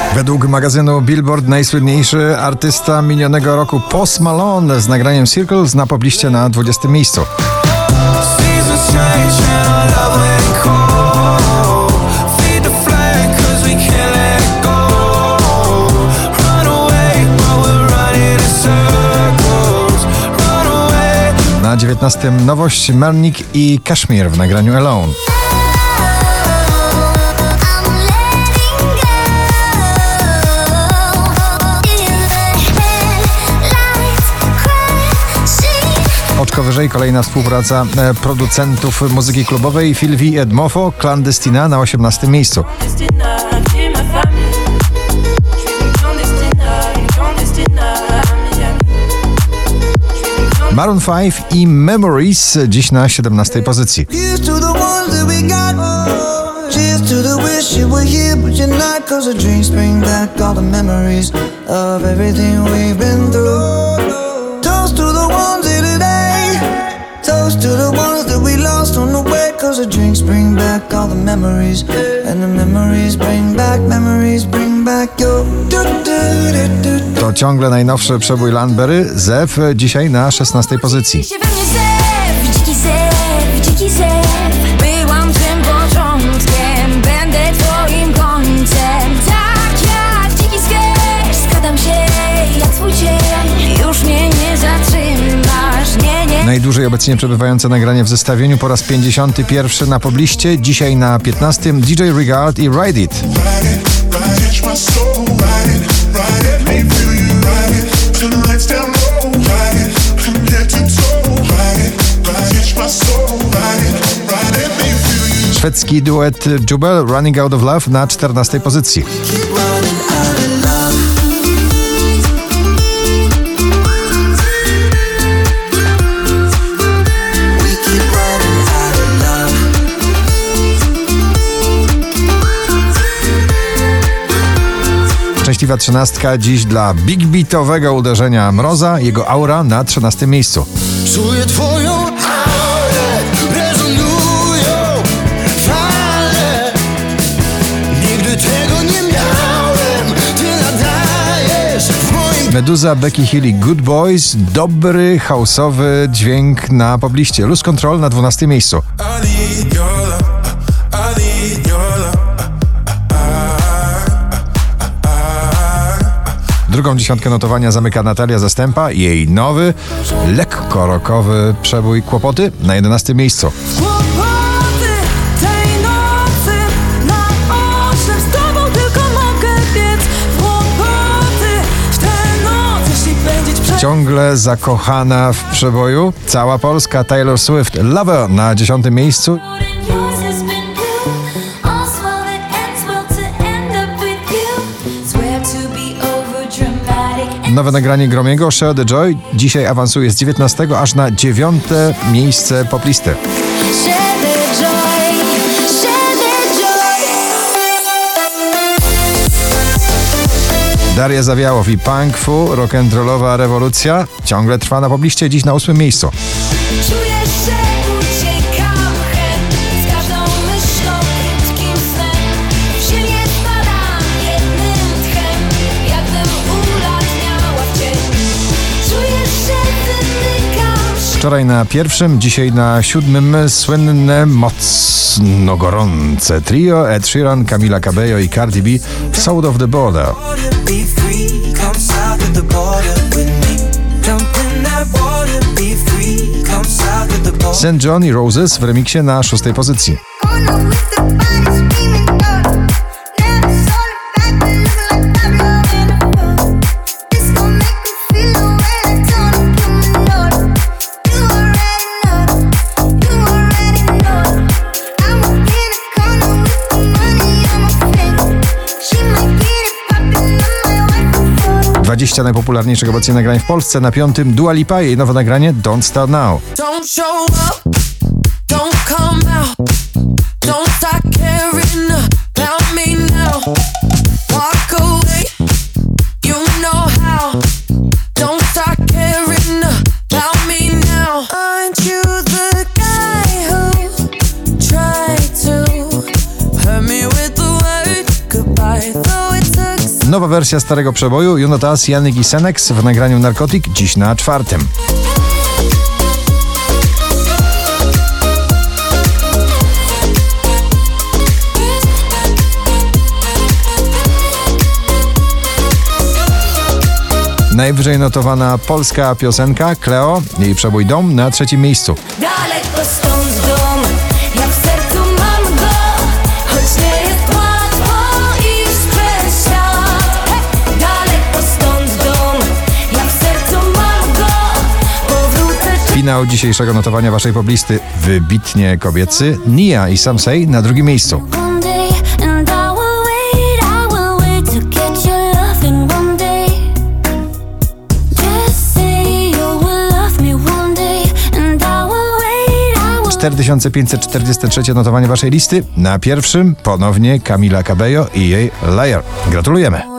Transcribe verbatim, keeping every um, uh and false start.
Według magazynu Billboard najsłynniejszy artysta minionego roku Post Malone z nagraniem Circles na pobliście na dwudziestym miejscu. Na dziewiętnastym nowość Marnik i Kashmir w nagraniu Alone. Oczko wyżej kolejna współpraca producentów muzyki klubowej Phil V i Edmofo, Clandestina na osiemnastym miejscu. Maroon pięć i Memories dziś na siedemnastej pozycji. Toast to the ones that we lost on the way, 'cause the drinks bring back all the memories, and the memories bring back, memories bring back your. To ciągle najnowszy przebój Landberry, Zew, dzisiaj na szesnastej pozycji. Byłam tym początkiem, będę twoim końcem. Tak jak dziki zwierz, skradam się jak swój cień. Już mnie nie zatrzymasz, nie, nie. Najdłużej obecnie przebywające nagranie w zestawieniu po raz pięćdziesiąty pierwszy na pobliście, dzisiaj na piętnastym D J Regard i Ride It. Szwedzki duet Jubel, Running Out of Love na czternastej pozycji. Szczęśliwa trzynastka dziś dla big beatowego uderzenia Mroza, jego Aura na trzynastym miejscu. Czuję twoją aurę, rezonują fale. Nigdy tego nie miałem, ty nadajesz w moim... Meduza, Becky Hill i Good Boys, dobry house'owy dźwięk na pobliście. Lose Control na dwunastym miejscu. Drugą dziesiątkę notowania zamyka Natalia Zastępa i jej nowy, lekko rockowy przebój Kłopoty na jedenastym miejscu. Kłopoty tej nocy, na osiem z tobą tylko mogę biec. Kłopoty w tę noc, jeśli będzie prze... Ciągle zakochana w przeboju cała Polska, Taylor Swift, Lover na dziesiątym miejscu. Nowe nagranie Gromiego, Share the Joy, dzisiaj awansuje z dziewiętnastego aż na dziewiąte miejsce poplisty. Daria Zawiałow i Punk Fu, rock'n'rollowa rewolucja, ciągle trwa na pobliście, dziś na ósmym miejscu. Wczoraj na pierwszym, dzisiaj na siódmym słynne, mocno gorące trio Ed Sheeran, Camila Cabello i Cardi B w South of the Border. Saint John i Roses w remiksie na szóstej pozycji. dwadzieścia najpopularniejszych obecnie nagrań w Polsce. Na piątym Dua Lipa, jej nowe nagranie Don't Start Now. Don't show up, don't come out, don't start caring about me now. Walk away, you know how. Don't start caring about me now. Aren't you the guy who tried to hurt me with the word goodbye, though it took Nowa wersja starego przeboju Jonatas, Janik i Senex w nagraniu Narcotic dziś na czwartym. Najwyżej notowana polska piosenka Cleo, jej przebój Dom na trzecim miejscu. Daleko stąd dom, ja w sercu mam go, choć nie jest łatwo iść przez świat. Hej! Daleko stąd dom, ja w sercu mam go, powrócę. Finał dzisiejszego notowania waszej poblisty wybitnie kobiecy Nia i Some Say na drugim miejscu. One day, and I will wait, I will wait to get your loving one day. Just say you will love me one day, and I will wait, I will. cztery tysiące pięćset czterdzieste trzecie notowanie waszej listy. Na pierwszym ponownie Camila Cabello i jej Liar. Gratulujemy.